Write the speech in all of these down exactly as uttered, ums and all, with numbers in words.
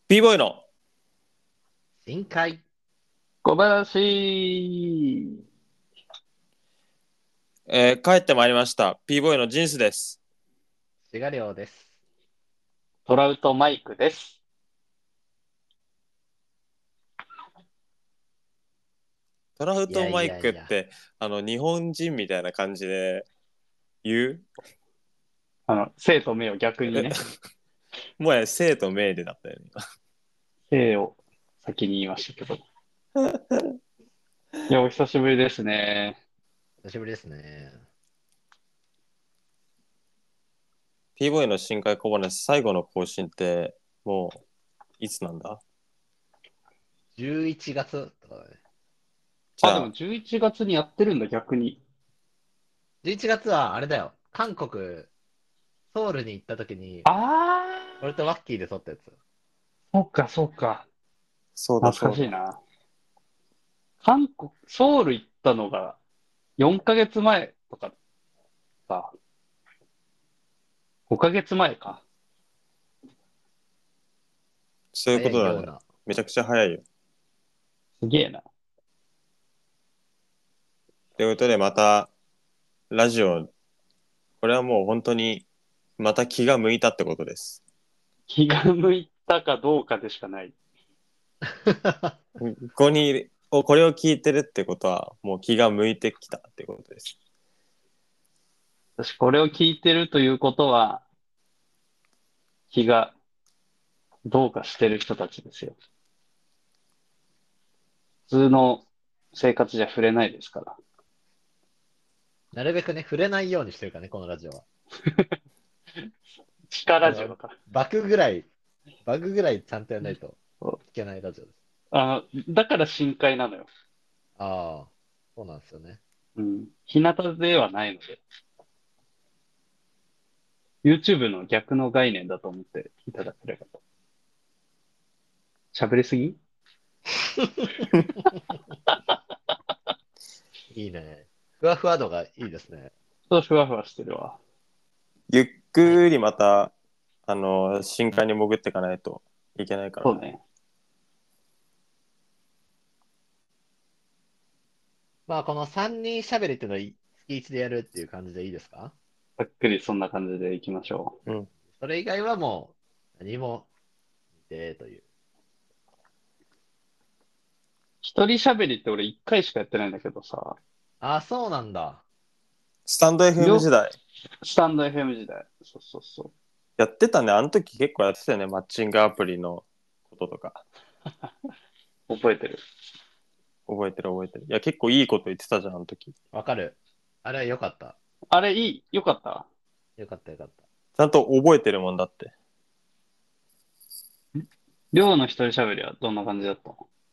b ボーイの、 深海。 小林。 えー帰ってまいりました。b ボーイのジンスです。 シガリョウです。 トラウトマイクです。 トラウいやいトマイやいや。 クって、あの、日本人みたいな感じで言うあの、生と目を逆にえね、 もうや生と命でだったよね。 生を先に言いましたけど。いや、お久しぶりですね。 久しぶりですね。 b ボーイの深海小話最後の更新って、もう、いつなんだ？ じゅういちがつとかだね。 あ、でもじゃあ、 じゅういちがつにやってるんだ、逆に。 じゅういちがつはあれだよ。韓国、ソウルに行った時に、俺あとワッキーで撮ったやつ。 ー、そっか、そっか。 そうだ懐そうだ。 かしいな。韓国、ソウル行ったのがよんかげつまえとかさ、ごかげつまえか。 そういうこ早とだね。 いような。 めちゃくちゃ早いよ。 すげえな。 ということで、また、ラジオ、これはもう本当に、また気が向いたってことです。 気が向いたかどうかでしかない。 ここに、おこれを聞いてるってことは、もう気が向いてきたってことです。 私、これを聞いてるということは、気がどうかしてる人たちですよ。普通の生活じゃ触れないですから。 なるべくね、触れないようにしてるからね、このラジオは。 地下このラジオか。 バグぐらい、バグぐらいちゃんとやらないといけないラジオです。 あの、だから深海なのよ。 ああ、そうなんですよね。 うん。日向ではないので。YouTube の逆の概念だと思っていただければと。喋りすぎいいね。ふわふわ度がいいですね。 そう、ふわふわしてるわ。 ゆっはい。 くりまた、あの、深海に潜っていかないといけないからね。 そうね。 まあ、このさんにん喋りっていうのは月いちでやるっていう感じでいいですか？ ざっくりそんな感じでいきましょうん。 それ以外はもう何も見てという。 う。一人喋りって俺一回しかやってないんだけどさ、 ああ、そうなんだ。 スタンド エフエム 時よ、 代、 スタンド エフエム 時代。そうそうそやってたね。あの時結構やってたよね。マッチングアプリのこととか。 う。覚えてる。 覚えてる覚えてる。いや、結構いいこと言ってたじゃん、あの時。 わかる。あれはよかった。 あれいい、よかった。 よかったよかった。 ちゃんと覚えてるもんだって。 寮の一人喋りはどんな感じだった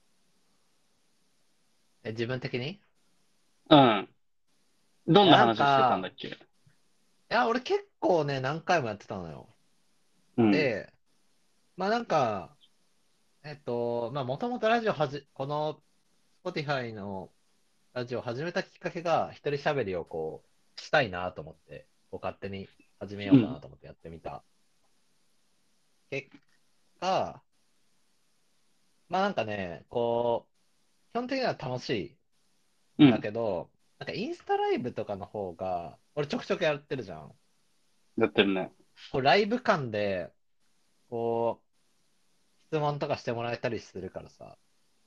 え、自分的にいの？うん。どんや、なんな話してたんだか、 っけ？ いや、俺結構ね、何回もやってたのよ。 うん。 で、まあなんか、えっと、まあもともとラジオはじ、この Spotify のラジオを始めたきっかけが、一人喋りをこう、したいなと思って、こう勝手に始めようかなうん。 と思ってやってみた。結果、まあなんかね、こう、基本的には楽しいんだうん。 けど、なんかインスタライブとかの方が、俺ちょくちょくやってるじゃん。 やってるね。 こうライブ感で、こう、質問とかしてもらえたりするからさ、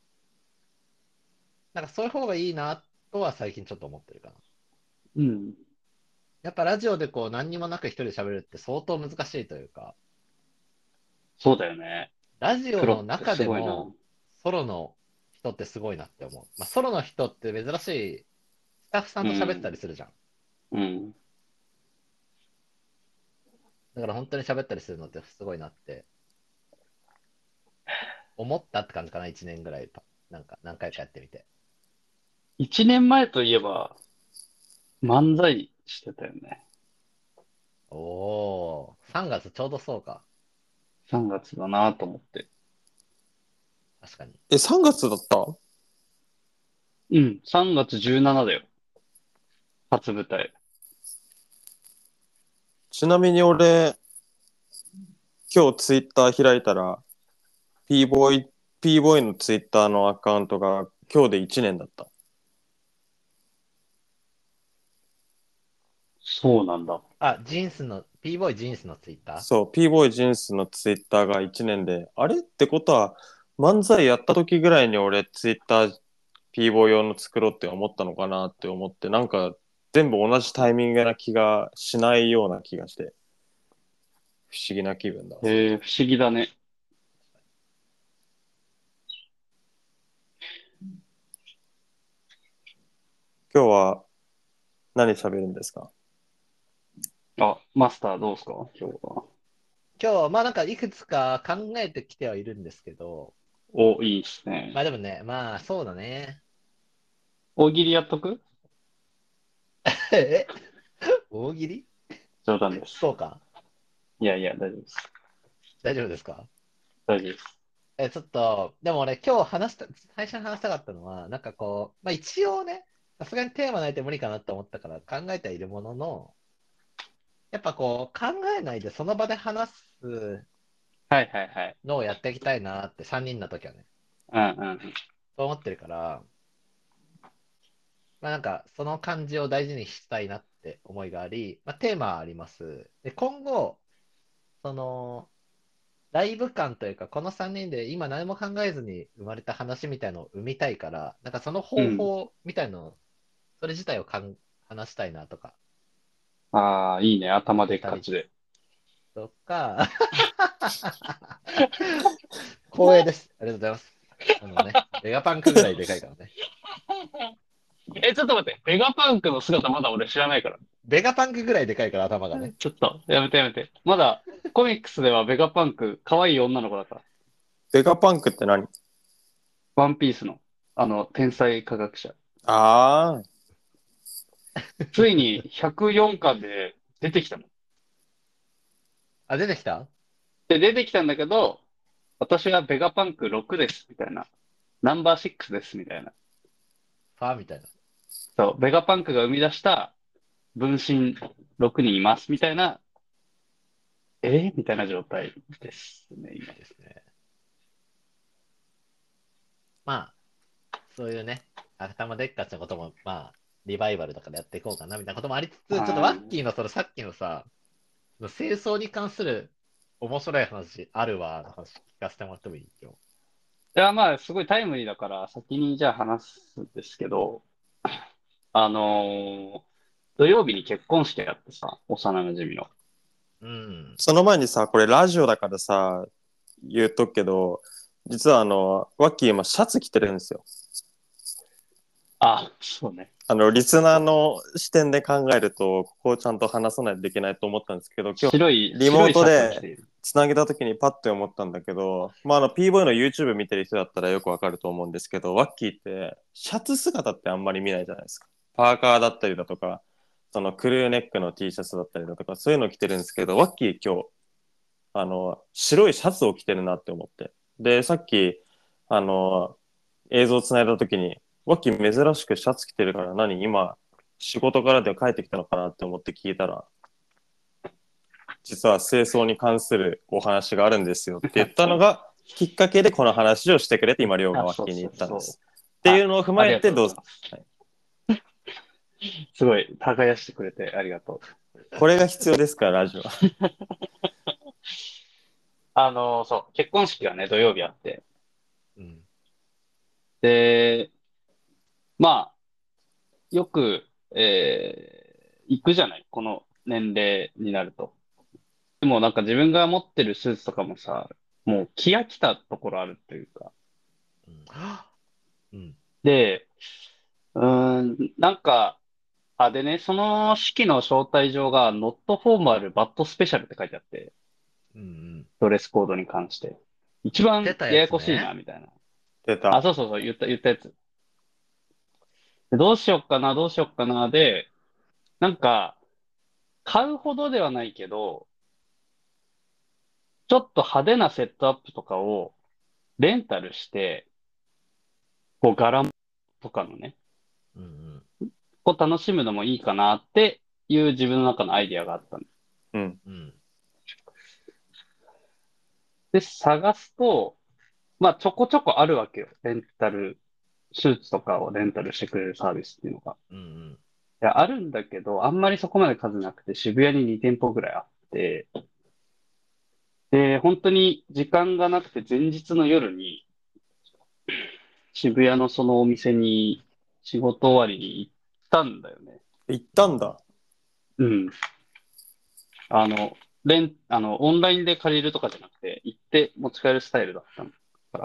なんかそういう方がいいなとは最近ちょっと思ってるかな。 うん。 やっぱラジオでこう何にもなく一人で喋るって相当難しいというか、 そうだよね。 ラジオプロっての中すごいな。 でもソロの人ってすごいなって思う。まあ、ソロの人って珍しいスタッフさんと喋ってたうん。 りするじゃん。 うん。 だから本当に喋ったりするのってすごいなって思ったって感じかな、いちねんぐらいと。なんか何回かやってみて。 一年前といえば、漫才してたよね。 おー、さんがつちょうどそうか。 さんがつだなと思って。 確かに。 え、さんがつだった？ うん。さんがつじゅうしちだよ。初舞台。 ちなみに俺、今日ツイッター開いたら、 P ボーイ、P ボーイのツイッターのアカウントが今日でいちねんだった。 そうなんだ。 あ、ジンスの、P ボーイジンスのツイッター。 そう、P ボーイジンスのツイッターがいちねんで、あれってことは、漫才やった時ぐらいに俺ツイッター P ボーイ用の作ろうって思ったのかなって思って、なんか全部同じタイミングな気がしないような気がして、不思議な気分だ。 へえ、不思議だね。 今日は何喋るんですか？ あ、マスターどうですか今日は。 今日は、まあなんかいくつか考えてきてはいるんですけど、 お、いいですね。 まあでもね、まあそうだね。 大喜利やっとく？ え大喜利？ 冗談です。 そうか。 いやいや、大丈夫です。 大丈夫ですか？ 大丈夫です。 え、ちょっと、でも俺今日話した、最初に話したかったのは、なんかこう、まあ一応ね、さすがにテーマないと無理かなと思ったから考えてはいるものの、やっぱこう考えないでその場で話すはいはいはい。 のをやっていきたいなってさんにんの時はね、 うんうん。 そう思ってるから、まあなんかその感じを大事にしたいなって思いがあり、まあテーマはあります。で、今後、その、ライブ感というか、このさんにんで今何も考えずに生まれた話みたいのを生みたいから、なんかその方うん。 法みたいのを、それ自体をかん話したいなとかああ、いいね。頭でっ思ったりかちで。 とか、光栄です。ありがとうございます。あのね、ベガパンクぐらいでかいからね。 え、ちょっと待って。ベガパンクの姿まだ俺知らないから。 ベガパンクぐらいでかいから頭がね。 ちょっと、やめてやめて。まだ、コミックスではベガパンク、可愛い女の子だから。 ベガパンクって何？ ワンピースの、あの、天才科学者。 ああ、 ついにひゃくよんかんで出てきたの。 あ、出てきた？ で、出てきたんだけど、私はベガパンクろくです、みたいな。ナンバーシックスです、みたいな。 ファーみたいな。 そう、ベガパンクが生み出した分身ろくにんいます、みたいな、えみたいな状態ですね、今。 ですね。まあ、そういうね、頭でっかちなことも、まあ、リバイバルとかでやっていこうかなみたいなこともありつつ、ちょっとワあーッキーのそのさっきのさ、清掃に関する面白い話あるわ、の話聞かせてもらってもいい？今日。 いや、まあ、すごいタイムリーだから、先にじゃあ話すんですけど、あのー土曜日に結婚式やってさ、幼馴染の。 うん。 その前にさ、これラジオだからさ、言っとくけど、実はあの、ワッキー今シャツ着てるんですよ。 あ、そうね。 あの、リスナーの視点で考えると、ここをちゃんと話さないといけないと思ったんですけど、今日、 白い、 リモート白いシャツを着てでいる。 つなげた時にパッて思ったんだけど、まあ、あの、P ボーイの YouTube 見てる人だったらよくわかると思うんですけど、ワッキーってシャツ姿ってあんまり見ないじゃないですか。パーカーだったりだとか、そのクルーネックの T シャツだったりだとか、そういうの着てるんですけど、ワッキー今日、あの、白いシャツを着てるなって思って。で、さっき、あの、映像つないだ時に、ワッキー珍しくシャツ着てるから何今、仕事からで帰ってきたのかなって思って聞いたら、実は清掃に関するお話があるんですよって言ったのがきっかけでこの話をしてくれて今、りょうがあ、 ワッそうキーに言ったんでそうそう。 す。っていうのを踏まありがとえてどうぞ。 うございます。すごい、耕してくれてありがとう。 これが必要ですから、ラジオ。 あの、そう、結婚式がね、土曜日あって。 うん。 で、まあ、よく、えー行くじゃないこの年齢になると。でもなんか自分が持ってるスーツとかもさ、もう気飽きたところあるっていうか。 うん。はぁうん。 で、うーん、なんか、あ、でね、その式の招待状が Not Formal But Special って書いてあって、 うんうん。 ドレスコードに関して。一出たや番ややこしいな、 つね。 みたいな。あ、 出た。 そうそうそう、言った、言ったやつ。でどうしよっかな、どうしよっかな、で、なんか、買うほどではないけど、ちょっと派手なセットアップとかをレンタルして、こう柄とかのね、 うんうん。 こう楽しむのもいいかなっていう自分の中のアイディアがあったの。 うん。 うん。 で、探すと、 まあちょこちょこあるわけよ。レンタル、スーツとかをレンタルしてくれるサービスっていうのが。 うんうん。 いや、あるんだけど、あんまりそこまで数なくて、渋谷にに店舗ぐらいあって、で、本当に時間がなくて前日の夜に渋谷のそのお店に仕事終わりに行ったんだよね。 行ったんだ。 うん。あの、レン、あの、オンラインで借りるとかじゃなくて、行って持ち帰るスタイルだったのから。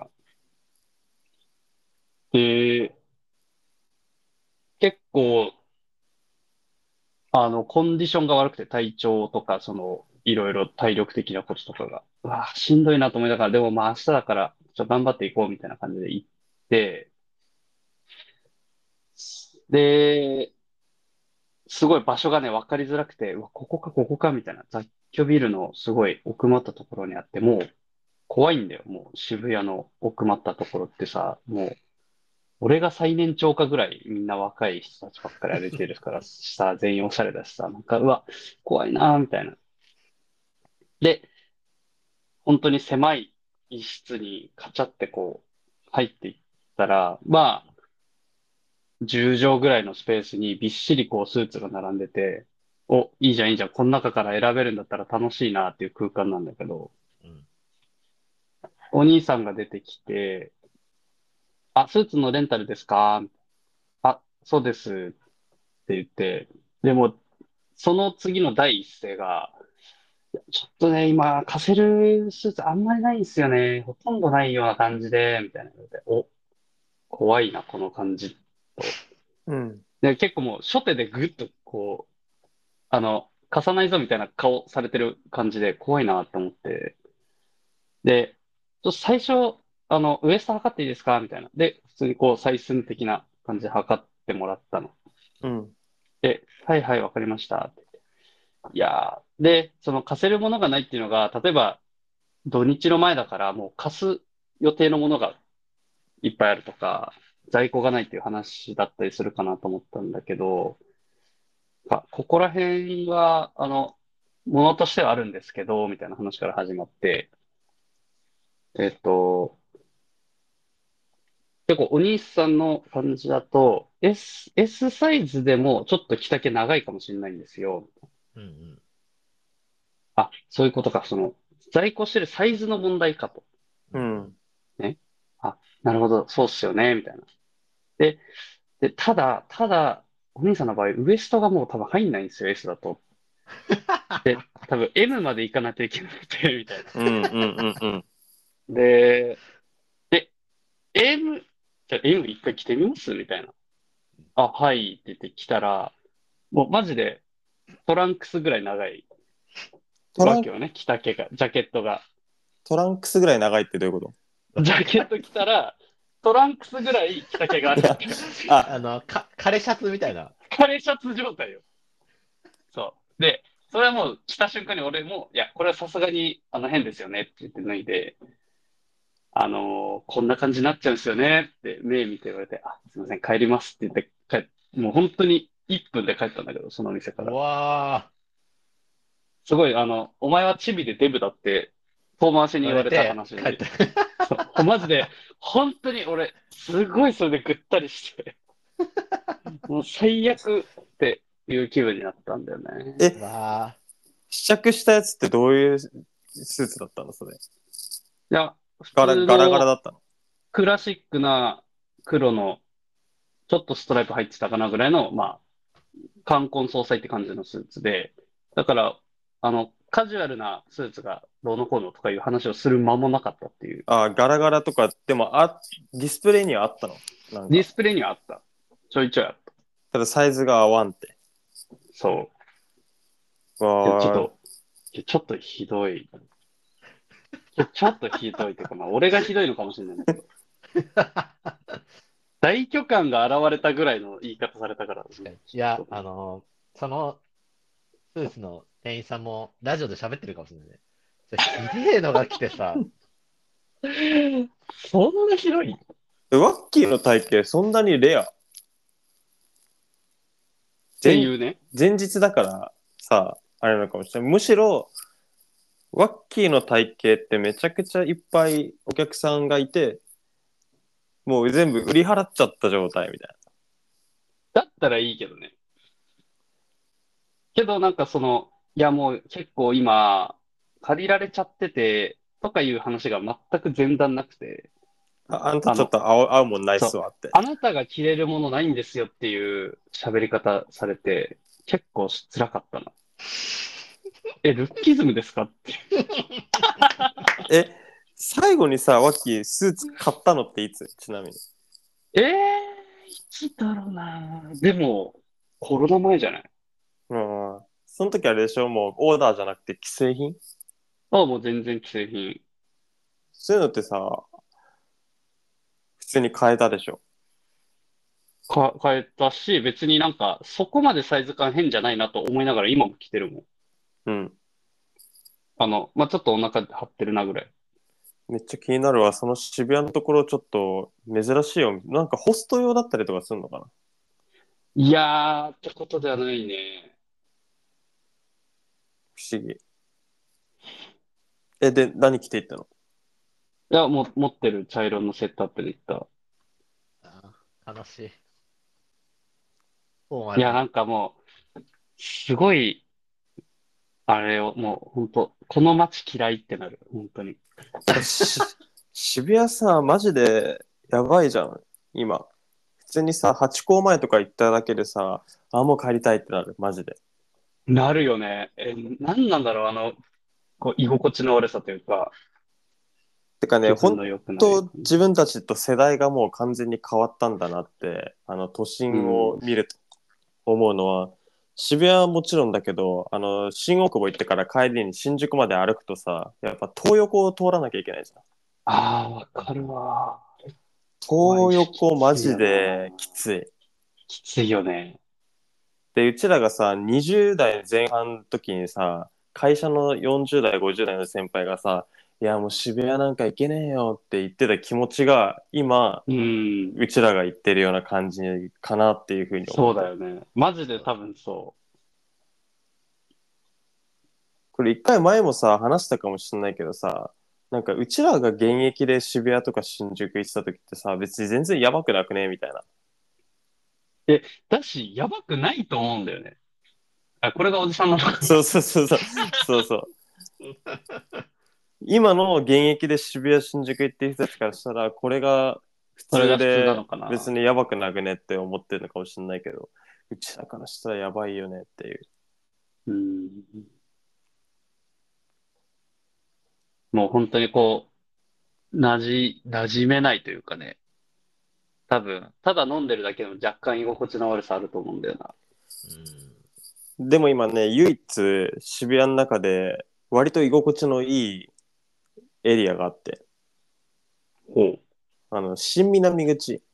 で、結構、あの、コンディションが悪くて体調とか、その、いろいろ体力的なこととかが、うわ、しんどいなと思いながら、でもまあ明日だから、ちょっと頑張っていこうみたいな感じで行って、で、すごい場所がね、わかりづらくて、うわ、ここか、ここか、みたいな雑居ビルのすごい奥まったところにあって、もう怖いんだよ。もう渋谷の奥まったところってさ、もう、俺が最年長かぐらいみんな若い人たちばっかり歩いてるからさ、全員おしゃれだしさ、なんか、うわ、怖いなーみたいな。で、本当に狭い一室にカチャってこう、入っていったら、まあ、じゅう畳ぐらいのスペースにびっしりこうスーツが並んでて、お、いいじゃんいいじゃん、この中から選べるんだったら楽しいなっていう空間なんだけど、 うん。 お兄さんが出てきて、あ、スーツのレンタルですか？あ、そうですって言って、でも、その次の第一声が、ちょっとね、今、貸せるスーツあんまりないんですよね。ほとんどないような感じで、みたいなので、お、怖いな、この感じと。 うん。 で、結構もう初手でぐっとこう、あの、貸さないぞみたいな顔されてる感じで怖いなと思って。で、ちょっと最初、あの、ウエスト測っていいですかみたいな。で、普通にこう、採寸的な感じで測ってもらったの。 うん。 で、はいはい、わかりましたって。いやー、で、その貸せるものがないっていうのが、例えば土日の前だからもう貸す予定のものがいっぱいあるとか、在庫がないっていう話だったりするかなと思ったんだけど、あ、ここら辺は、あの、ものとしてはあるんですけど、みたいな話から始まって、えっと、結構お兄さんの感じだと、S、S サイズでもちょっと着丈長いかもしれないんですよ。 うんうん。 あ、そういうことか、その、在庫してるサイズの問題かと。 うんうん。 うん。 ね。あ、なるほど、そうっすよね、みたいな。で、で、ただ、ただ、お兄さんの場合、ウエストがもう多分入んないんですよ、S だと。多分 M まで行かなきゃいけなくて、みたいな。 うんうんうんうん。 で、で、M、じゃあ M 一回着てみますみたいな。あ、はいって言って着たら、もうマジでトランクスぐらい長いトラン、 わけよね、着丈が、ジャケットが。 トランクスぐらい長いってどういうこジャケット着たら、トランクスぐらい着丈があるわけよ。 と？あ、 あの、か、枯れシャツみたいな。 枯れシャツ状態よ。そう。で、それはもう着た瞬間に俺も、いや、これはさすがにあの変ですよねって言って脱いで、あのーこんな感じになっちゃうんですよねって目見て言われて、あ、すいません、帰りますって言って帰っ、もう本当にいっぷんで帰ったんだけど、その店かうら。 わすごい、あの、お前はチビでデブだって遠回しー、 に言われた言われて、 話に、 帰った。 そうマジで、本当に俺、すごいそれでぐったりして、もう最悪っていう気分になったんだよね。 え、 うわ試着したやつってどういうスーツだったのそれ？ いや、普ガラ、 通ガラガラだのったの？ クラシックな黒の、ちょっとストライプ入ってたかなぐらいの、まあ、冠婚葬祭って感じのスーツで、だから、あの、カジュアルなスーツがどうのこうのとかいう話をする間もなかったっていう。 あ、ガラガラとか、でもあ、ディスプレイにはあったの？なんか、 ディスプレイにはあった。ちょいちょいあった。 ただサイズが合わんって。 そう。いや、ちょっわー、 と、いやちょっとひどい。ちょ、ちょっとひどいっていうか、まあ、俺がひどいのかもしれないんだけど。大巨漢が現れたぐらいの言い方されたから。 ー。いや、あのーそのスーツの店員さんもラジオで喋ってるかもしれないね。それひでえのが来てさ、 そんなひどい？ えワッキーの体型そんなにレア？ って前、 いうね。 前日だからさ、あれなのかもしれない。むしろ、 ワッキーの体型ってめちゃくちゃいっぱいお客さんがいて、もう全部売り払っちゃった状態みたいだったらいいけどね。けどなんかその、いやもう結構今、借りられちゃってて、とかいう話が全く前段なくて、 な。あ、あんたあの、 ちょっと合う、合うもんないっそう、 すわって。 あなたが着れるものないんですよっていう喋り方されて、結構辛かったな。え、ルッキズムですかって。 え、最後にさ、ワッキースーツ買ったのっていつちなみに。 えー、いつだろうな。でも、コロナ前じゃない？ うん。その時あれでしょ、もうオーダーじゃなくて既製品。 あ、もう全然既製品。 そういうのってさ、普通に買えたでしょ。 か、変えたし、別になんか、そこまでサイズ感変じゃないなと思いながら今も着てるもん。 うん。 あの、まあ、ちょっとお腹張ってるなぐらい。 めっちゃ気になるわ。その渋谷のところちょっと珍しいよ。なんかホスト用だったりとかするのかな。 いやー、ってことではないね。 不思議。え、で、何着ていったの？ いや、もう持ってる茶色のセットアップでいった。 あー悲しい。フォーマいや、 ルな。 なんかもう、すごい、あれを、もう、本当この街嫌いってなる。本当に。 し渋谷さ、マジでやばいじゃん。今。普通にさ、ハチ公前とか行っただけでさ、あ、もう帰りたいってなる。マジで。 なるよね。え、なんなんだろう、あの、こう、居心地の悪さというか、 てかね、 気分本の良くない当感じ。 自分たちと世代がもう完全に変わったんだなって、あの、都心をうん。 見ると思うのは、渋谷はもちろんだけど、あの、新大久保行ってから帰りに新宿まで歩くとさ、やっぱ東横を通らなきゃいけないじゃん。 ああ、わかるわ。怖い東し、き横マジついよできな。 つい。 きついよね。 で、うちらがさ、にじゅう代前半の時にさ、会社のよんじゅう代、ごじゅう代の先輩がさ、いやもう渋谷なんか行けねえよって言ってた気持ちが、今、 うん。 うちらが言ってるような感じかなっていうふうに思っそうだてる。 よね。マジで多分そこれ一回前もさ、話したかもしれないけどさ、なんかうちらが現役で渋谷とか新宿行ってた時ってさ、別に全然やばくなくねみたいな。 う。え、だし、やばくないと思うんだよね。あ、これがおじさんなのかな。 そうそうそうそう。そうそう。今の現役で渋谷新宿行ってる人たちからしたら、これが普それが普通な通でのかな。 別にやばくなくねって思ってるのかもしれないけど、うちらからしたらやばいよねっていう。 うん。もう本当にこう、なじ、馴染めないというかね。多分、ただ飲んでるだけでも若干居心地の悪さあると思うんだよな。 うん。 でも今ね、唯一渋谷の中で割と居心地のいいエリアがあって、 ほあの、新南口、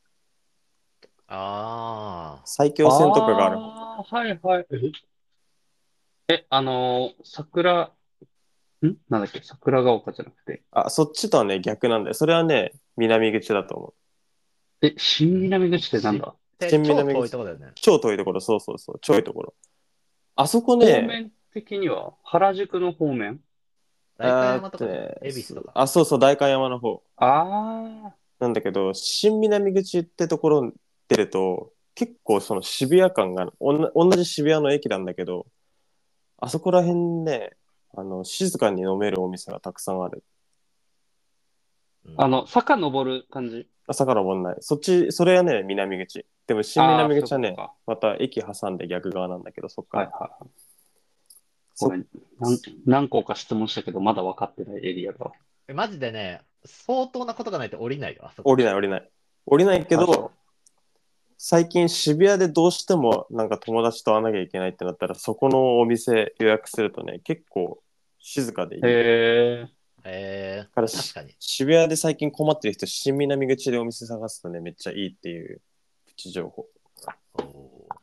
あう。 埼京線とかがある方。 ああ、はいはい。え、え、あのー桜、んなんだっけ、桜ヶ丘じゃなくて。 あ、そっちとはね、逆なんだよ。それはね、南口だと思う。 え、新南口ってあ。し、 なんだ？ で、超新南口。 遠いとこだよね。 超遠いところ、そうそうそう、超遠いところ。あそこね、 方面的には原宿の方面？ 代官あーっ山とかじゃない？ とね、 恵比寿とか。 あ、そうそう、代官山の方。 ああなんだけど、新南口ってところに出ると、結構その渋谷感が、おんな同じ渋谷の駅なんだけど、あそこら辺ね、あの、静かに飲めるお店がたくさんある。 うん。 ー、あの、坂登る感じ？ 朝からもんない。そっち、それはね、南口。でも新ああー、 南口はね、 そういうことか。 また駅挟んで逆側なんだけど、そっかはいら。 はい。ごめそ、 ん。何、何個か質問したけど、まだ分かってないエリアが。 え、マジでね、相当なことがないと降りないよ、あそこ。 降りない降りない。降りないけあ、 ど、 そ最近渋谷でどうしてもなんか友達と会わなきゃいけないってなったら、そこのお店予約するとね、結構静かでいいう。へよ。 え。 えー、 からし確かに。 渋谷で最近困ってる人、新南口でお店探すとね、めっちゃいいっていうプチ情報。 おー。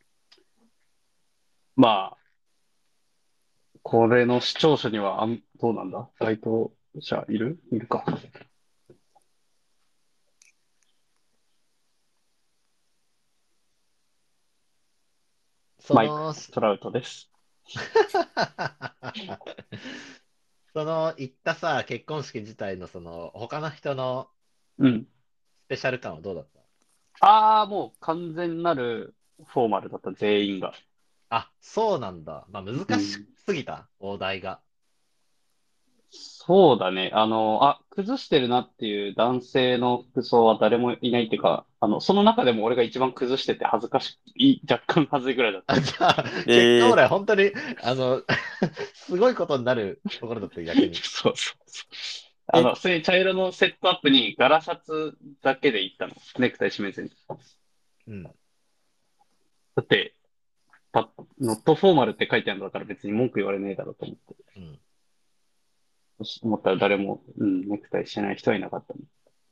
まあ、これの視聴者には、あん、どうなんだ？該当者いるいるか。マイク、 その、 トラウトです。 その行ったさ、結婚式自体のその他の人のうん。 スペシャル感はどうだっああ、もう完全なるフォーマルだった、全員が。 た？あ、そうなんだ。まあ難しうん。 すぎた、大台が。 そうだね。あの、あ、崩してるなっていう男性の服装は誰もいないっていうか、あの、その中でも俺が一番崩してて恥ずかしい、若干恥ずいぐらいだった。 あ、じゃあ、結果俺ええ本当に、あの、すごいことになるところだった、逆に。 そうそうそう。あえ、 の、そういう茶色のセットアップに柄シャツだけで行ったの。ネクタイ締めずに。 うん。 だって、パノットフォーマルって書いてあるんだから別に文句言われねえだろうと思って。 うん。 思ったら誰も、うん、ネクタイしてない人はいなかったね。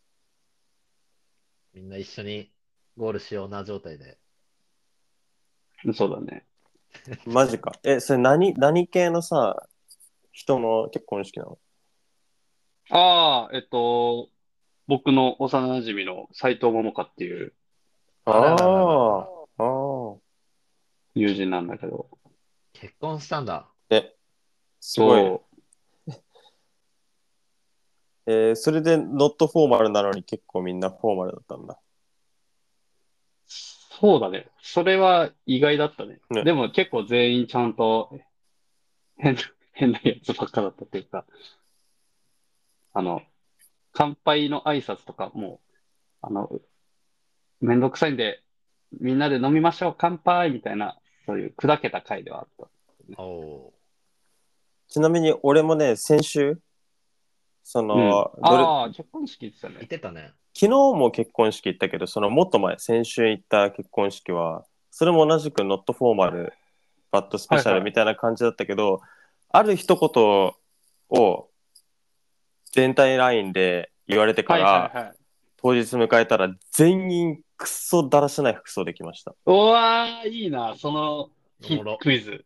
みんな一緒にゴールしような状態で。 そうだね。 マジか。え、それ何、何系のさ、人の結婚式なの？ ああ、えっと、僕の幼馴染の斎藤桃香っていうああらららら。 あ、ああ。 友人なんだけど、 結婚したんだ。 え、すごい。 そう、 えーそれでノットフォーマルなのに結構みんなフォーマルだったんだ。 そうだね。それは意外だったね。 ね。 でも結構全員ちゃんと変な、変なやつばっかだったっていうか、あの、乾杯の挨拶とかも、あの、めんどくさいんで、みんなで飲みましょう、乾杯みたいな、そういう砕けた回ではあった。 おおちなみに俺もね、先週、そうん。 の、どれ、 ああ、結婚式って言ってー。言ったね。 てたね。 昨日も結婚式行ったけど、そのもっと前、先週行った結婚式は、それも同じくノットフォーマル、バッドスペシャルみはいはい。 たいな感じだったけど、ある一言を全体ラインで言われてかはいはいら、 はい。 当日迎えたら全員クソだらしない服装できました。 うわー、いいな、その日おもろ。 クイズ。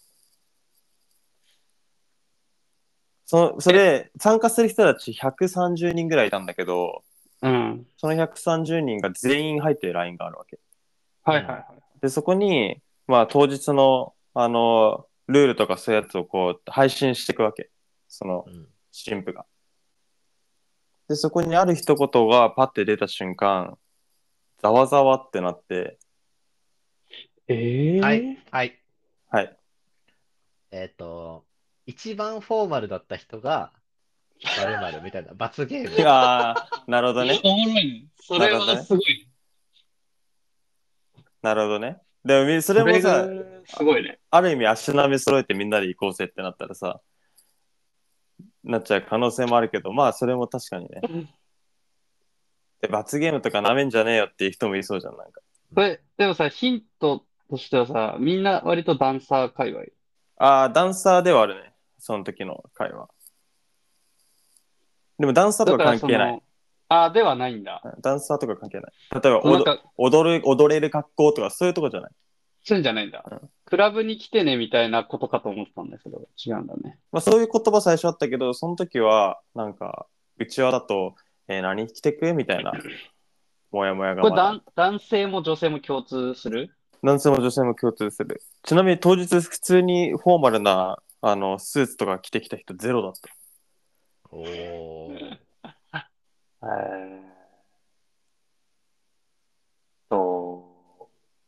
そそえ、 れ、参加する人たちひゃくさんじゅうにんぐらいいたんだけど、 うん。 そのひゃくさんじゅうにんが全員入ってるラインがあるわけ。 うん。 はいはいはい。 で、そこに、まあ当日の、あの、ルールとかそういうやつをこう配信していくわけ。その、 うん。 新婦が。で、そこにある一言がパッて出た瞬間、ざわざわってなって、 はい。 ええはい。 はい。 えっと、一番フォーマルだった人が、〇〇みたいな罰ゲーム。 ああ、なるほどね。 おもろいね。それはなるほどね。 すごい。 なるほどね。でもみ、それそれがもさ、あ、 すごいね。 ある意味足並み揃えてみんなで行こうぜってなったらさ、なっちゃう可能性もあるけど、まあそれも確かにね。で、罰ゲームとかなめんじゃねえよっていう人もいそうじゃん、なんか。 うん。 これ、でもさ、ヒントとしてはさ、みんな割とダンサー界隈。 ああ、ダンサーではあるね。その時の会話。でもダンサーとかだから関係ない。 その、あ、ではないんだ。 ダンサーとか関係ない。例えば踊、 そのなんか、 踊る、踊れる格好とかそういうとこじゃない。 そういうんじゃないんだ。 うんクラブに来てねみたいなことかと思ってたんだけど、違うんだね。 まあ、そういう言葉最初あったけど、その時は、なんか、うちわだと、えー何着てくみたいな、もやもやがまだあった。 これ男、男性も女性も共通する？ 男性も女性も共通する。ちなみに当日普通にフォーマルな、あの、スーツとか着てきた人ゼロだった。 おお。 えーと、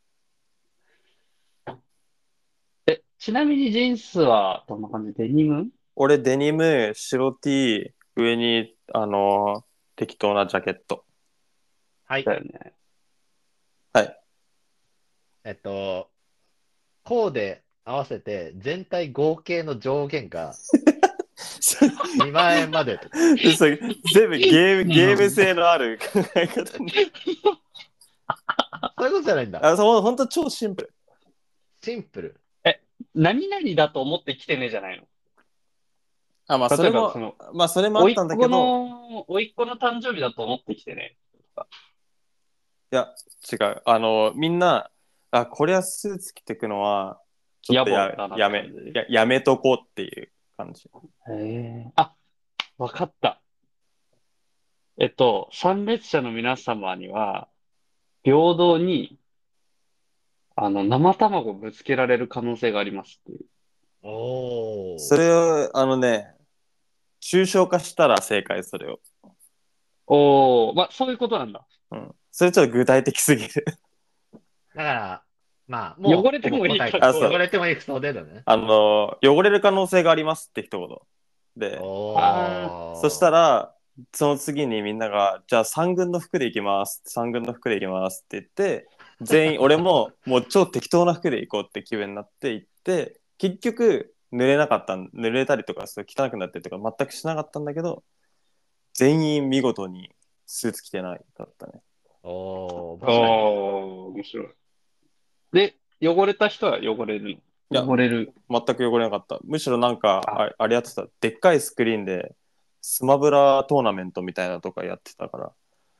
え、ちなみにジンスはどんな感じ？デニム？ 俺デニム、白 T、上に、あのー適当なジャケット。 はい。 だよね。 はい。 えっと、コーデ合わせて全体合計の上限がにまん円までとか。 それ全部ゲーム、ゲームうん。 性のある考え方に。 そういうことじゃないんだ。 あ、そう、ほんと超シンプル。 シンプル。 え、何々だと思って来てねじゃないの？ あ、まあ、そ例えれも、 ばその、 まあ、それもあったんだけ甥っ子ど、 の、甥っ子の誕生日だと思ってきてね。 いや、違う。あの、みんな、あ、これはスーツ着てくのは、ちょっ野とや、 暮だなっやめ、 て感じ。 や、やめとこうっていう感じ。 へえ。あ、わかった。えっと、参列者の皆様には、平等に、あの、生卵をぶつけられる可能性がありますっていう。 おお。 それを、あのね、 抽象化したら正解それを。 おー、まあ、そういうことなんだ。 うん。それちょっと具体的すぎる。 だから、まあ、もう、 汚れてもいいかほぼ答えた。 あ、そう。 汚れてもいいクソデーだね。 あの、汚れる可能性がありますって一言。で、 あそしたおー。 ら、その次にみんなが、じゃあさん軍の服で行きます。さん軍の服で行きますって言って、全員、俺ももう超適当な服で行こうって気分になって行って、結局、濡れなかったん、濡れたりとか、そう汚くなったりとか全くしなかったんだけど、全員見事にスーツ着てないだったね。 おー、 あ、 面白いね。 面白い。で、汚れた人は汚れるいや、 の？汚れる。 全く汚れなかった。むしろなんか、 あ、 ああれやってた。でっかいスクリーンで、スマブラトーナメントみたいなのとかやってたから、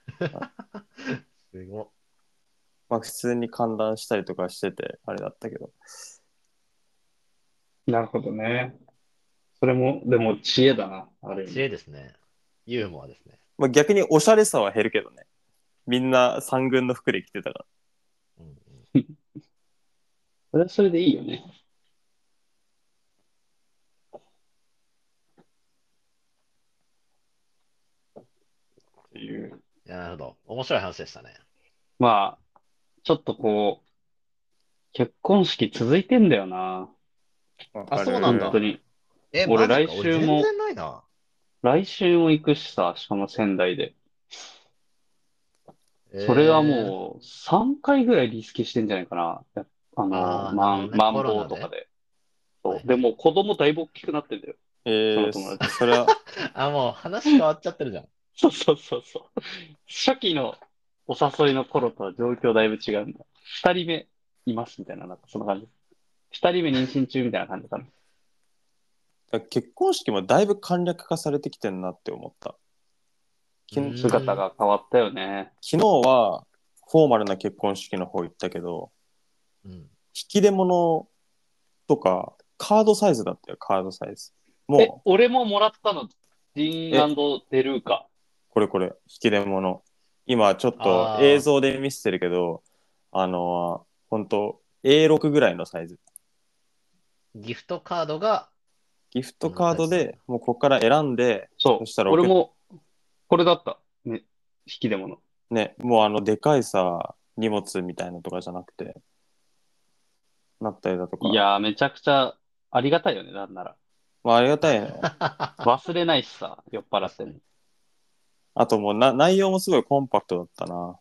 すごまあ普通に観覧したりとかしてて、あれだったけど。 なるほどね。それも、でも知恵だな、あるい。知意味。 恵ですね。ユーモアですね。 まあ逆におしゃれさは減るけどね。みんな三軍の服で着てたから。 うんうん、 それはそれでいいよね。っていう。 いや、なるほど。面白い話でしたね。 まあ、ちょっとこう、結婚式続いてんだよな。 わあ、 かる。 そうなんだ。 本当に。 え、 俺来マジか。俺週も、 全然ないな。 来週も行くしさ、しかも仙台で。それはえー。 もうさんかいぐらいリスケしてんじゃないかな。やあの、 あー、なるマン、 ほどね。コマンロナで。 ボウとかで。そう。ではいはい。 も子供だいぶ大きくなってんだよ。 えそのー、 友達。 それは、 あ、もう話変わっちゃってるじゃん。 そうそうそうそう。初期のお誘いの頃とは状況だいぶ違うんだ。二人目いますみたいな、なんかそんな感じ。二人目妊娠中みたいな感じかな。 結婚式もだいぶ簡略化されてきてんなって思った。 うきーん。 姿が変わったよね。 昨日はフォーマルな結婚式の方行ったけど、 うん。 引き出物とかカードサイズだったよ、カードサイズ。 え、 も俺ももらったの、ジう、え、 ーンデルーカ。 これこれ、引き出物。今ちょっと映あ像で見せてるけど、あのー、ほんと エーろく ぐらいのサイズ。 ー、ギフトカードがギフトこんなカードでサイズなんだ。 もうここから選んで、そそう。 したら送っ俺も、これだった。ね。引き出物。 ね、もうあのでかいさ、荷物みたいなとかじゃなくて、なったりだとか。 いやー、めちゃくちゃありがたいよね、なんなら。 まあありがたいね。 忘れないしさ、酔っ払っ確かに。 ても。 あともうな内容もすごいコンパクトだったな。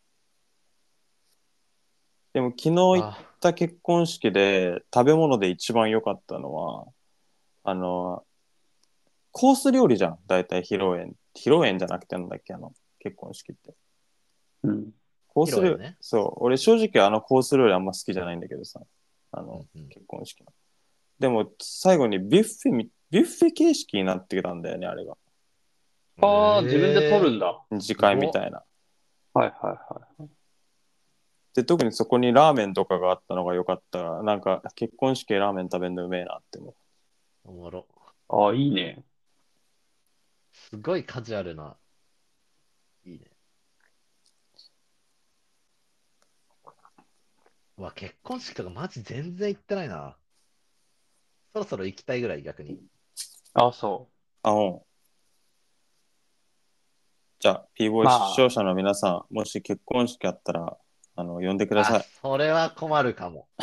でも昨日行っあ、 た結婚式で食べ物で一番良かったのは、あの、コース料理じゃん。大体披露宴。披露宴じゃなくてなんだっけ、あの、結婚式って。 うん。 コース料理、 披露宴ね。 そう。俺正直あのコース料理あんま好きじゃないんだけどさ。あの、 うんうん。 結婚式の。でも最後にビュッフェみ、ビュッフェ形式になってたんだよね、あれが。 ああ、自分で取るえんだ。 二次ー、すごっ。 会みたいな。 はいはいはい。 で、特にそこにラーメンとかがあったのが良かったら、なんか結婚式でラーメン食べるのうめえなって思う。 おもろ。 ああ、いいね。 すごいカジュアルな。いいね。うわ、結婚式とかマジ全然行ってないな。そろそろ行きたいぐらい逆に。 ああ、そあ、うん。じゃあ、P ボう。 ーイ視聴ま者の皆さん、もし結婚式あったら、あの、呼んでくだあ、 さい。 それは困るかも。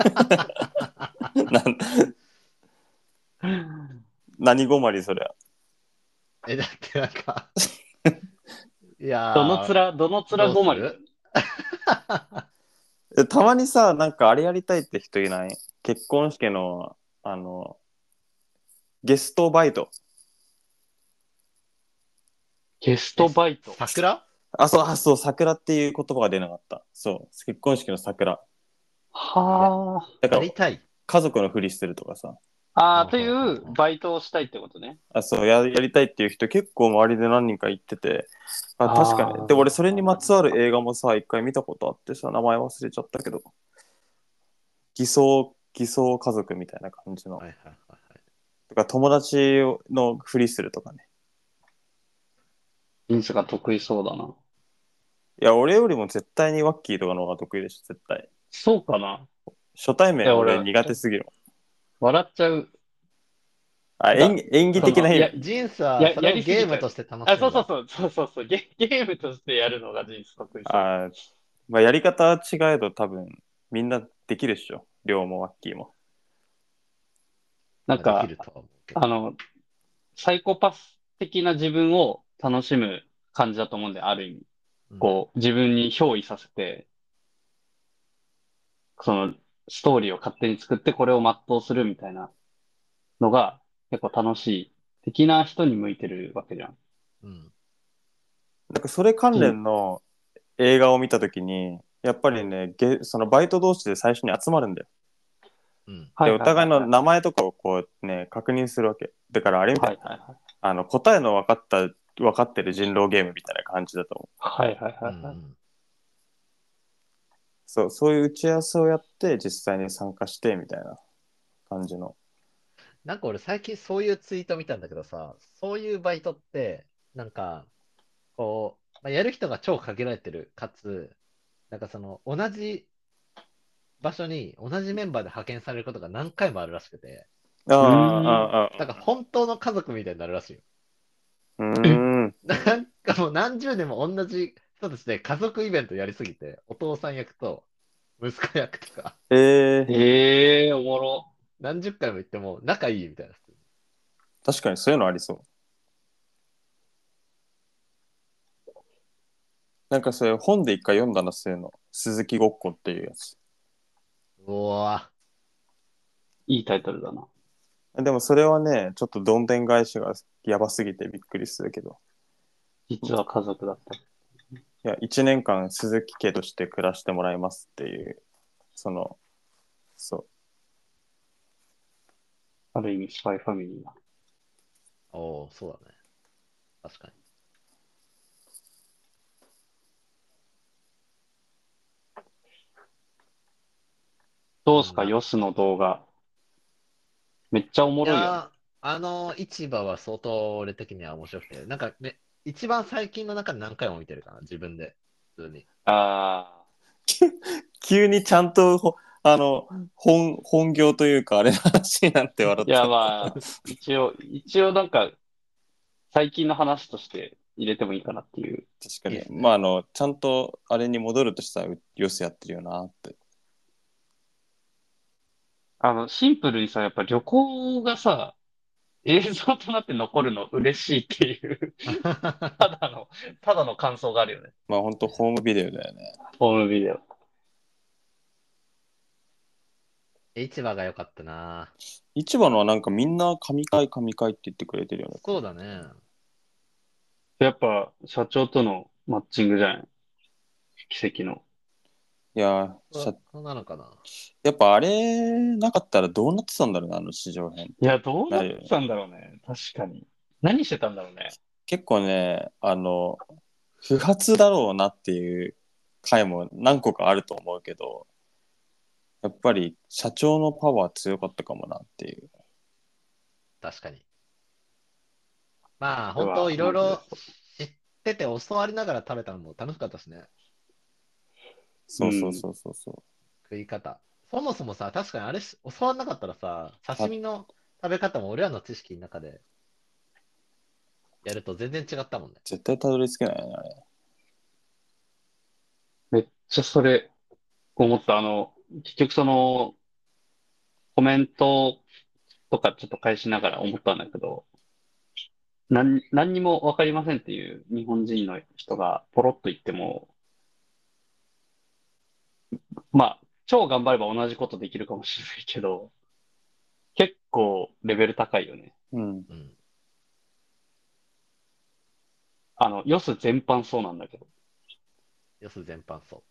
なんあ。 何困りそれ。 え、だってなんか、いどのや面、どのー、 面どうす困りだよ。 る？ えたまにさ、なんかあれやりたいって人いない？結婚式の、あの、ゲストバイト。 ゲスえ、 トバイト。 桜？ あ、そう、あ、そう、桜っていう言葉が出なかった。そう、結婚式の桜。 いや、 はだから、 やりたい。 家族のふりしてるとかさ。 あ。ああ、 はあ、 といはあはあはうバイトをしたいってことね。 あ、そう、や、やりたいっていう人結構周りで何人か言ってて、あ、確かに。で、俺それにまつわる映画もさ、一回見たことあってさ、名前忘れちゃったけど、偽装、偽装家族みたいな感じの。 はいはいはいはい。 とか、友達のふりするとかね。 インスが得意そうだな。 いや、俺よりも絶対にワッキーとかの方が得意でしょ、絶対。 そうかな。 初対いや、 面俺俺、 苦手すぎる笑っちゃう。 あ、 だ、 演技、演技その、いや、 的な意味。 ジンスはや、 それをやりすぎちゃう。 ゲームとして楽あ、 しむんだ。 そうそうそう、そうそうそう、ゲ、ゲームとしてやるのが人生得意そう。 あ、まあ、やり方は違えど多分みんなできるっしょ。りょうもワッキーも。 まあ、できなんか、 るとは思うけど。 あの、サイコパス的な自分を楽しむ感じだと思うんで、ある意味。 うん、 こう、自分に憑依させて、その、ストーリーを勝手に作って、これを全うするみたいなのが、結構楽しい、的な人に向いてるわけじゃん。 うん、 なんかそれ関人、 連の映画を見たときに、やっぱりね、ゲそのバイト同士で最初に集まるんだよ。 うん。 で、 はいお互いのはいはいはい。 名前とかをこうね、確認するわけ。だからあれみたいな。 はいはいはい。 あの、答えの分かった、分かってる人狼ゲームみたいな感じだと思う。 はいはいうん、うはいはい。 ん。 そう、そういう打ち合わせをやって実際に参加してみたいな感じの。 なんか俺最近そういうツイート見たんだけどさ、そういうバイトって、なんか、こう、まあ、やる人が超限られてる、かつ、なんかその、同じ場所に同じメンバーで派遣されることが何回もあるらしくて、 あうーん。 あ、あなんか本当の家族みたいになるらしいよ。 あ、うえ、 ーん。 なんかもう何十年も同じ人たちで家族イベントやりすぎて、お父さん役と息子役とか、 えー、 ええー、おもろ。 何十回も言っても仲いいみたいな。 確かにそういうのありそう。なんかそれ本で一回読んだな、そういうの。鈴木ごっこっていうやつ。 うわいいタイトルだな。 でもそれはね、ちょっとどんでん返しがやばすぎてびっくりするけど。 実は家族だった。 いや、一年間鈴木家として暮らしてもらいますっていう、その、そある意味スパイファミリーだ。 おおー、そうだね。確かに。 どうすか、 そんな。 ヨスの動画。めっちゃおもろいよね。 いやー、あの市場は相当俺的には面白くて、なんかね、一番最近の中で何回も見てるかな、自分で。普通に。 あう。急にちゃんとほ、あの、本、本業というか、あれの話になって笑ー。いや、 った。 まあ、一応、一応なんか、最近の話として入れてもいいかなっていう。 確かに。 いいですね。 まあ、あの、ちゃんとあれに戻るとしたら、よしやってるよなって。 あの、シンプルにさ、やっぱ旅行がさ、映像となって残るの嬉しいっていう、ただの、ただの感想があるよね。 まあ、ほんとホームビデオだよね。 ホームビデオ。 市場が良かったな。 市場のはなんかみんな神回神回って言ってくれてるよね。 そうだね。 やっぱ、社長とのマッチングじゃない奇跡の。 いやー、しゃそうそうなのかな。 やっぱあれなかったらどうなってたんだろうな、あの市場編っいや、 て。 どうなるよね。 なってたんだろうね。確かに。何してたんだろうね。 結構ね、あの、不発だろうなっていう回も何個かあると思うけど、やっぱり社長のパワー強かったかもなっていう。 確かに。まあ、本当これは、 いろいろマジでそ知ってて教わりながら食べたのも楽しかったしね。 う。うそうそうん。 そうそうそう。 食い方。そもそもさ、確かにあれし教わんなかったらさ、刺た身の食べ方も俺らの知識の中でやると全然違ったもんね。 絶対たどり着けないよね、あれ。 めっちゃそれ、思った。あの、結局その、コメントとかちょっと返しながら思ったんだけど、なん、何にもわかりませんっていう日本人の人がポロッと言っても、まあ、超頑張れば同じことできるかもしれないけど、結構レベル高いよね。 うん。 うん。 あの、ヨス全般そうなんだけど。 よす全般そう。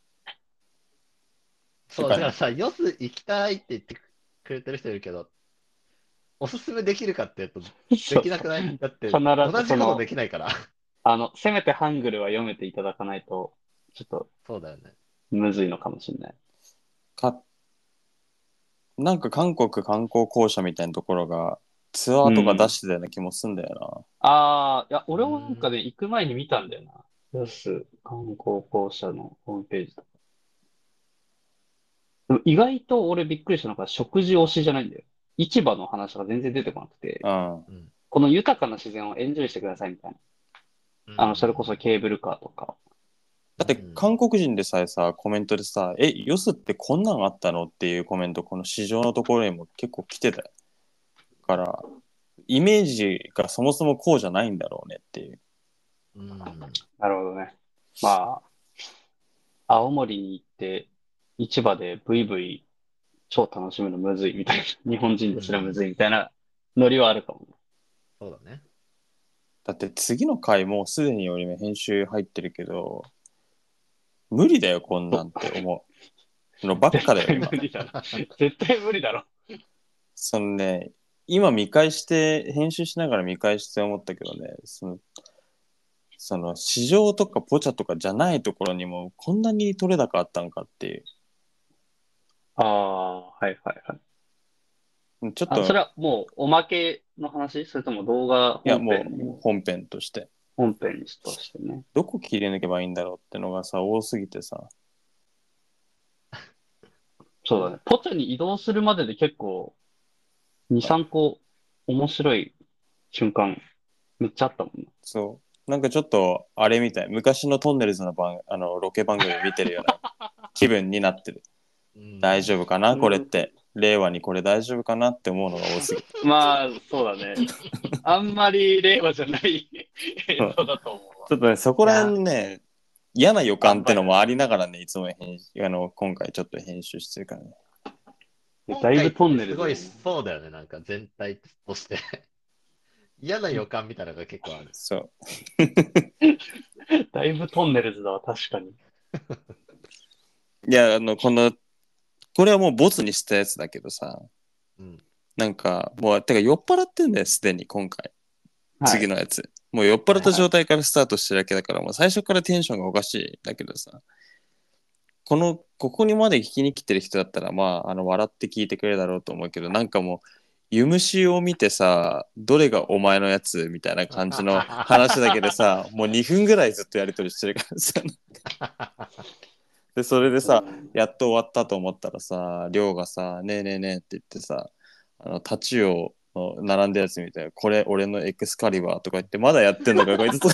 そう、 てかね、 だからさ、よす行きたいって言ってくれてる人いるけど、おすすめできるかって言うと、できなくそうそう。 ないだって必同ずその、 じことできないから。 あの、せめてハングルは読めていただかないと、ちょっとそうだよね。 むずいのかもしれない。 か、なんか韓国観光公社みたいなところがツアーとか出うん。 してたような気もすんだよああ、いや、 う俺もなんかーん。 ね、行く前に見たんだよな。ヨス観光公社のホームページとか。でも意外と俺びっくりしたのが食事推しじゃないんだよ。 市場の話が全然出てこなくて、 うん。 うんこの豊かな自然をエンジョイしてくださいみたいな。あの、それこそケーブルカーとか。 だって韓国人でさえさ、コメントでさ、え、ヨスってこんなんあったのっていうコメント、この市場のところにも結構来てたから、イメージがそもそもこうじゃないんだろうねっていう。 うんうんなるほどね。まあ、青森に行って、市場でブイブイ超楽しむのむずいみたいな。日本人ですらむずいみたいなノリはあるかも。 そうだね。 だって次の回もうすでに俺も編集入ってるけど、無理だよこんなんって思うのばっかだよ今。 絶対無理だろ。絶対無理だろ。 そのね、今見返して編集しながら見返して思ったけどね、そのその市場とかポチャとかじゃないところにもこんなに取れ高あったんかっていう。 ああ、はいはいはい。 ちょっあ、それと、 はもうおまけの話それとも動画いや本編に、 もう本編として、 本編にとしてね。 どこ切り抜けばいいんだろうってのがさ、多すぎてさ。 そうだね。ポチャに移動するまでで結構に、さんこ面白い瞬間めっちゃあったもんね。 そう。なんかちょっと、あれみたい。昔のトンネルズの番、あの、ロケ番組見てるような気分になってる。 うん大丈夫かなこれって。令和にこれ大丈夫かなって思うのが多すぎて。 まあ、そうだね。あんまり令和じゃない映像だと思うわ。 ちょっとね、そこら辺ね、嫌な予感ってのもありながらね、いつも編集、あの、今回ちょっと編集してるからね。 だいぶトンネルズすごいそうだよね、なんか全体として嫌な予感みたいなのが結構ある。 そう。 だいぶトンネルズだわ、確かに。 いや、あの、この、これはもうボツにしたやつだけどさ、 うん、 なんか、もう、てか酔っ払ってんだよ、すでに今回。 はい次のやつ。もう酔っ払った状態からスタートしてるだけだから、もう最初からテンションがおかしいんだけどさ、この、ここにまで聞きに来てる人だったら、まあ、あの、笑って聞いてくれるだろうと思うけど、なんかもう、湯虫を見てさ、どれがお前のやつみたいな感じの話だけでさ、もうにふんぐらいずっとやりとりしてるからさ。で、それでさ、やっと終わったと思ったらさ、りょうがさ、ねえねえねえって言ってさ、あの、タチウオの並んでるやつみたいな、これ俺のエクスカリバーとか言って、まだやってんのか、こいつ。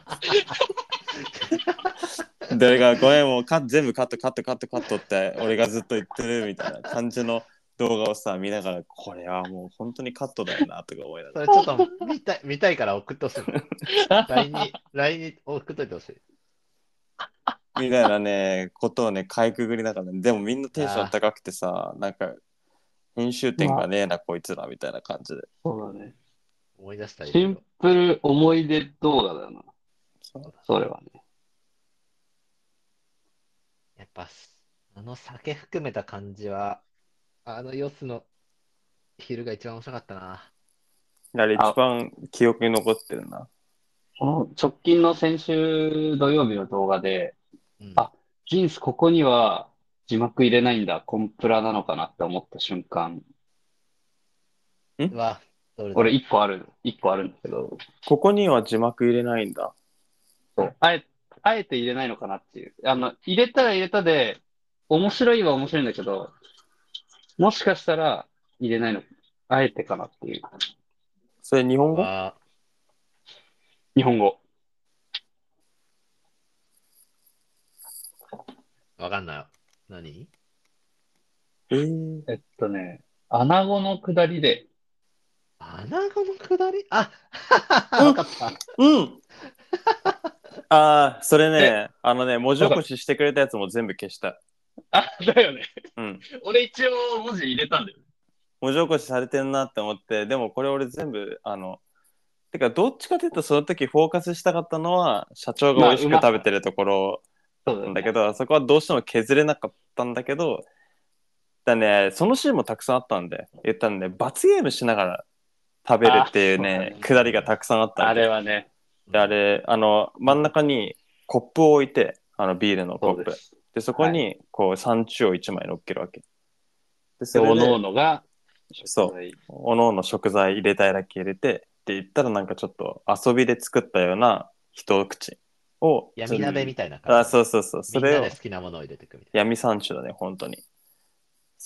誰がごめんもうカ全部カットカットカットカットって俺がずっと言ってるみたいな感じの動画をさ見ながら、これはもう本当にカットだよなとか思いながら。 それちょっと見たい見たいから送ってほしいの。ライン に、ライン に送っといてほしい。 みたいなねことをねかいくぐりながら、ね、でもみんなテンション高くてさ、なんか編集点がねえな、こいつらみたいな感じで。 そうだね。 思い出したいシンプル思い出動画だよな。 そうそれはね。 やっぱ、あの酒含めた感じは、あのヨスの昼が一番面白かったな。 あれ一番記憶に残ってるな。 この直近の先週土曜日の動画で、 うん、 あ、ジンスここには字幕入れないんだ、コンプラなのかなって思った瞬間、 うわ、どれだ俺一個ある、一個あるんだけど、 ここには字幕入れないんだ。 そうあえ、あえて入れないのかなっていう。あの、入れたら入れたで、面白いは面白いんだけど、もしかしたら入れないの、あえてかなっていう。 それ日本語？ わ日本語。 わかんない。何えー、 えっとね、穴子の下りで、 穴子の下りあうんわかった。 うんああ、それえね、あのね、文字起こししてくれたやつも全部消した。 あ、だよね。 うん。 俺一応文字入れたんだよ。 文字起こしされてんなって思って、でもこれ俺全部、あの、てかどっちかというとその時フォーカスしたかったのは、社長が美味しく食べてるところそうだよね。 なんだけど、あそこはどうしても削れなかったんだけど、だね、そのシーンもたくさんあったんで、言ったんで、罰ゲームしながら食べるっていうあそうね、 だねくだりがたくさんあったあんで、 れはね、 であれ、あの、真ん中にコップを置いて、あのビールのコップ。 そうで。 ですで、そこに、こう、山中をいちまい乗っけるわけ。で、 で、 それで、 おのおのが、 そうおのおの食材入れたいだけ入れて、って言ったらなんかちょっと遊びで作ったような一口を、 闇鍋みたいな感じ。 あ、そうそうそう、それをみんなで好きなものを入れていくみたい闇山中だね、本当に。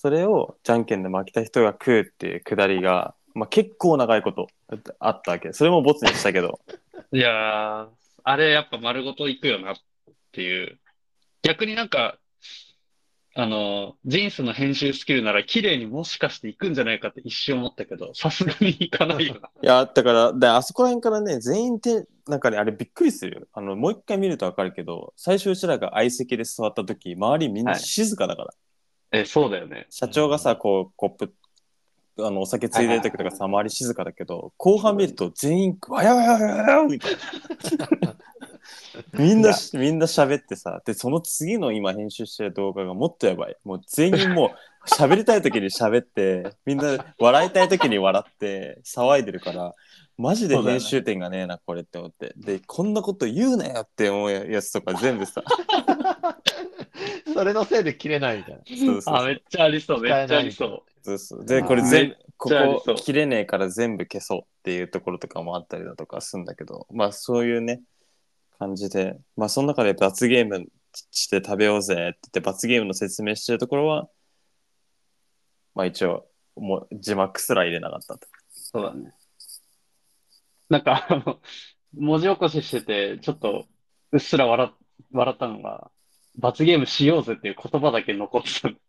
それをじゃんけんで負けた人が食うっていうくだりが、まあ、結構長いことあったわけ。それもボツにしたけど。 いやー、あれやっぱ丸ごといくよなっていう。逆になんか、あの、ジンスの編集スキルなら綺麗にもしかしていくんじゃないかって一瞬思ったけど、さすがにいかないよな。 いや、だから、で、あそこら辺からね、全員て、なんかね、あれびっくりするよ。あの、もう一回見るとわかるけど、最初うちらが相席で座った時、周りみんな静かだから。 え、そうだよね。 社長がさ、こう、コップ、あの、お酒ついでる時とかさ、周り静かだけど、後半見ると全員、わやわやわやわやみたいな。みんな、みんな喋ってさ、で、その次の今編集してる動画がもっとやばい。もう全員もう喋りたい時に喋って、みんな笑いたい時に笑って騒いでるから、マジで編集点がねえな、これって思って。で、こんなこと言うなよって思うやつとか全部さ、 それのせいで切れないみたいな。 そうそうあ、 そう。 めっちゃありそう、めっちゃあり使えそそうそうで、 あーこれ全部、 めっこちゃありそうこ切れねえから全部消そうっていうところとかもあったりだとかするんだけど、まあそういうね、感じで、まあその中で罰ゲームして食べようぜって言って罰ゲームの説明してるところは、まあ一応もう字幕すら入れなかったと。 う。そうだね。なんか、あの、文字起こししてて、ちょっと、うっすら笑っ、笑ったのが、罰ゲームしようぜっていう言葉だけ残ってたの。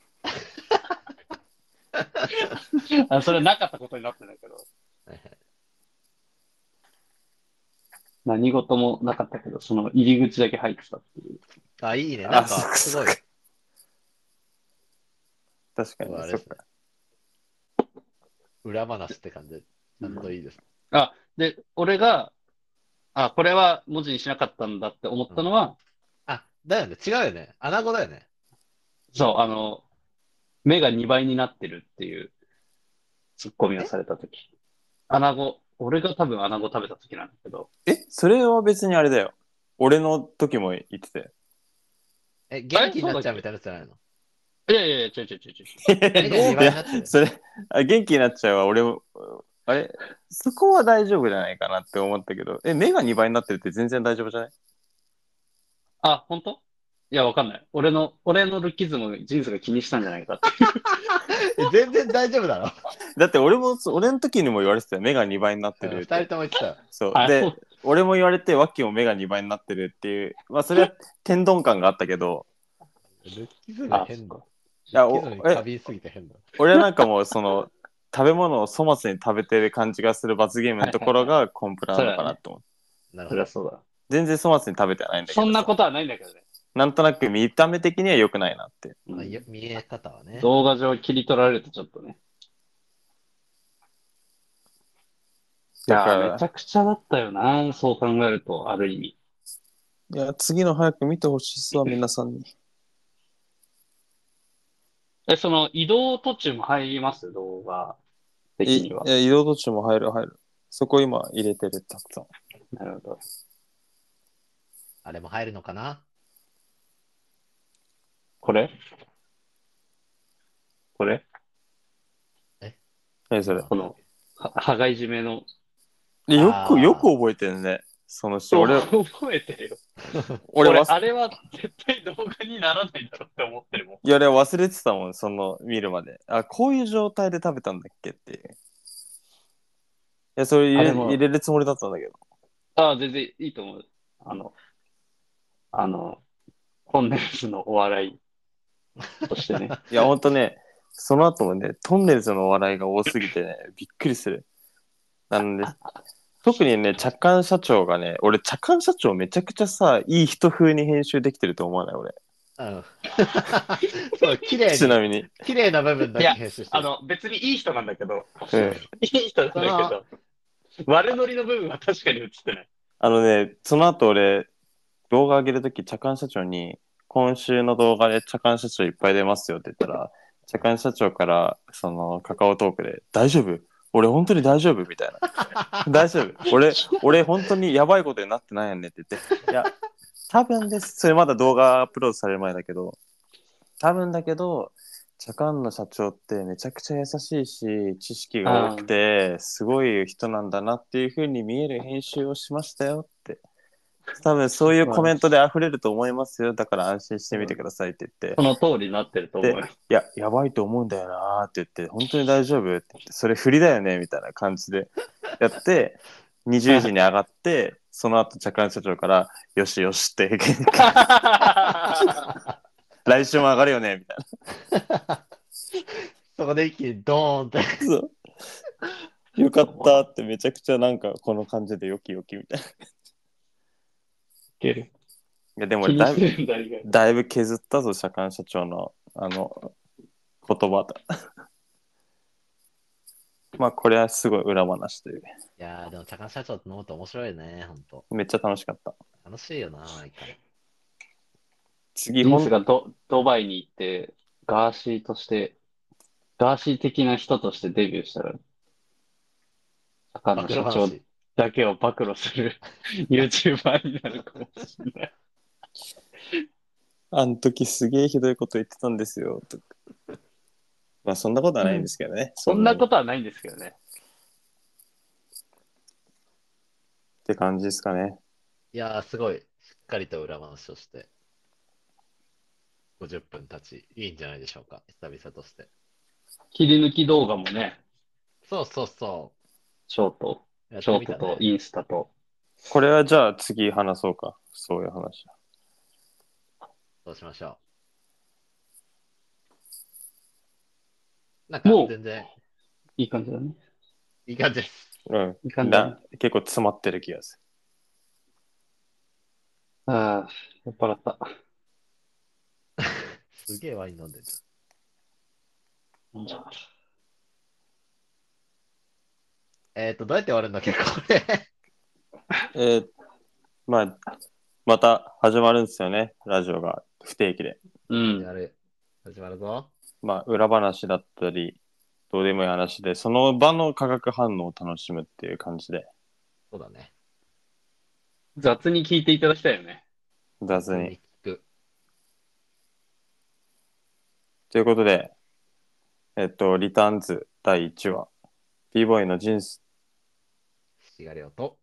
あ、それなかったことになってないけど、何事もなかったけど、その入り口だけ入ってたっていう。 あ、いいね。なんか、 あそっかすごい。 確かに、 あれですねそっか。 裏話って感じで、ちゃんといいです。 あ、で、俺が、あ、これは文字にしなかったんだって思ったのは、 あ、だよね。違うよね。穴子だよね。 そう、あの、目がにばいになってるっていうツッコミをされたとき。穴子、俺が多分穴子食べたときなんだけど、 え、それは別にあれだよ。俺の時も言ってたよ。 え、元気になっちゃうみたいなやつじゃないの？ いやいやいや、違う違う違う違う。 目がにばいになってるいやそれあ、元気になっちゃうわ。俺も、あれ、そこは大丈夫じゃないかなって思ったけど、え、目がにばいになってるって全然大丈夫じゃない？ あ、本当？いや、わかんない。俺の、俺のルッキズムをジンスが気にしたんじゃないかって。 え全然大丈夫だろ。 だって俺も、俺の時にも言われてたよ。目がにばいになってるって。 二人とも言ってたよ。 そう。 あ、そでう、 俺も言われて、ワッキーも目がにばいになってるっていう、まあそれは天丼感があったけど、 ルッキズムあ、 変だ。 いやルッキズムに過敏すぎて変だ。 俺はなんかもうその、食べ物を粗末に食べてる感じがする罰ゲームのところがコンプラなのかなって思って。 なるほど。 そりゃそうだ。 全然粗末に食べてはないんだけどさ。 そんなことはないんだけどね。 なんとなく見た目的には良くないなって。 うんあいや見え方はね。 動画上切り取られるとちょっとね。いやー、 だからめちゃくちゃだったよな。そう考えると、ある意味。 いや、次の早く見てほしいっすわ、皆さんに。 え、その移動途中も入ります動画的いには。 や移動途中も入る入る。そこ今入れてる、たくさん。 なるほど。 あれも入るのかな？ これこれえ、それ。 この、は、羽交い締めの。 よく、 あーよく覚えてるね。その人。俺、 覚えてるよ。 俺俺、 忘あれは絶対動画にならないだろって思ってるもん。 いや、俺忘れてたもん、その、見るまで。あ、こういう状態で食べたんだっけっていう。いや、それ入れあれも入れるつもりだったんだけど。 ああ、全然いいと思う。あの、あの、トンネルズのお笑いとしてね。 いや、ほんとね、その後もね、トンネルズの笑いが多すぎてね、びっくりする。なので、特にね、着艦社長がね、俺、着艦社長めちゃくちゃさ、いい人風に編集できてると思わない俺。 うん。そう、綺麗に、 ちなみに。 綺麗な部分だけ編集してる。 あの、別にいい人なんだけど、 うん。 いい人なんだけど、悪ノリの部分は確かに映ってない。 あのね、その後俺、動画上げるとき、着艦社長に、今週の動画で着艦社長いっぱい出ますよって言ったら、着艦社長から、その、カカオトークで、大丈夫俺本当に大丈夫みたいな。大丈夫俺、俺本当にやばいことになってないよねって言って、いや、多分です。それまだ動画アップロードされる前だけど、多分だけど、チャカンの社長ってめちゃくちゃ優しいし、知識が多くて、すごい人なんだなっていう風に見える編集をしましたよって多分そういうコメントで溢れると思いますよ。だから安心してみてくださいって言って。 その通りになってると思うで、 よ。 いや、やばいと思うんだよなーって言って、本当に大丈夫って言って、それ振りだよねみたいな感じでやって、にじゅうじに上がって、その後、着艦社長から、よしよしって、来週も上がるよねみたいそこで一気にドーンって。 な。そう。よかったってめちゃくちゃなんかこの感じでよきよきみたいな。いける。 やでも気に俺だいぶしてるんだ、意外。 だいぶ削ったぞ、社官社長のあの言葉だ。まあこれはすごい裏話という。 いやー、でも、茶間社長と飲むと面白いね、ほんと。 めっちゃ楽しかった。 楽しいよな、毎回。 次、ほんジンスがド、ドバイに行って、ガーシーとして、ガーシー的な人としてデビューしたら、坂暴露の社長話。 だけを暴露する YouTuber になるかもしれない。 あん時すげえひどいこと言ってたんですよ。とかまあそんなことはないんですけどね。 そんなこっとはないんですけどね。 て感じですかね。 いやー、すごい、しっかりと裏話をして、ごじゅっぷん経ち、いいんじゃないでしょうか、久々として。 切り抜き動画もね、 そうそうそショート、 う。やっショてみたね。 ートとインスタと。 これはじゃあ次話そうか。そういう話。 そうしましょう。なんかもう全然いい感じだね。 いい感じです。 うん。 いい感じだねだ結構詰まってる気がすああ、酔っ払った。 すげえワイン飲んでる。 飲んじゃうえっと、どうやって終わるんだっけ、これ。 る。えーまあ、また始まるんですよね。ラジオが不定期で。 うん。 始まる。始まるぞ。 まあ、裏話だったり、どうでもいい話で、その場の化学反応を楽しむっていう感じで、 そうだね。 雑に聞いていただきたいよね。 雑に。 聞く。 ということで、えっと、リターンズだいいちわ、b ボーイの人生、 しがりょうと。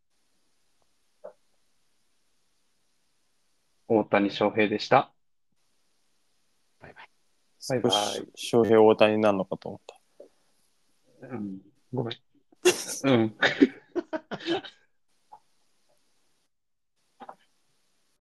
大谷翔平でした。 バイバイ。 バイバイ。 翔平大谷になるのかと思った。 うん。ごめん。うん。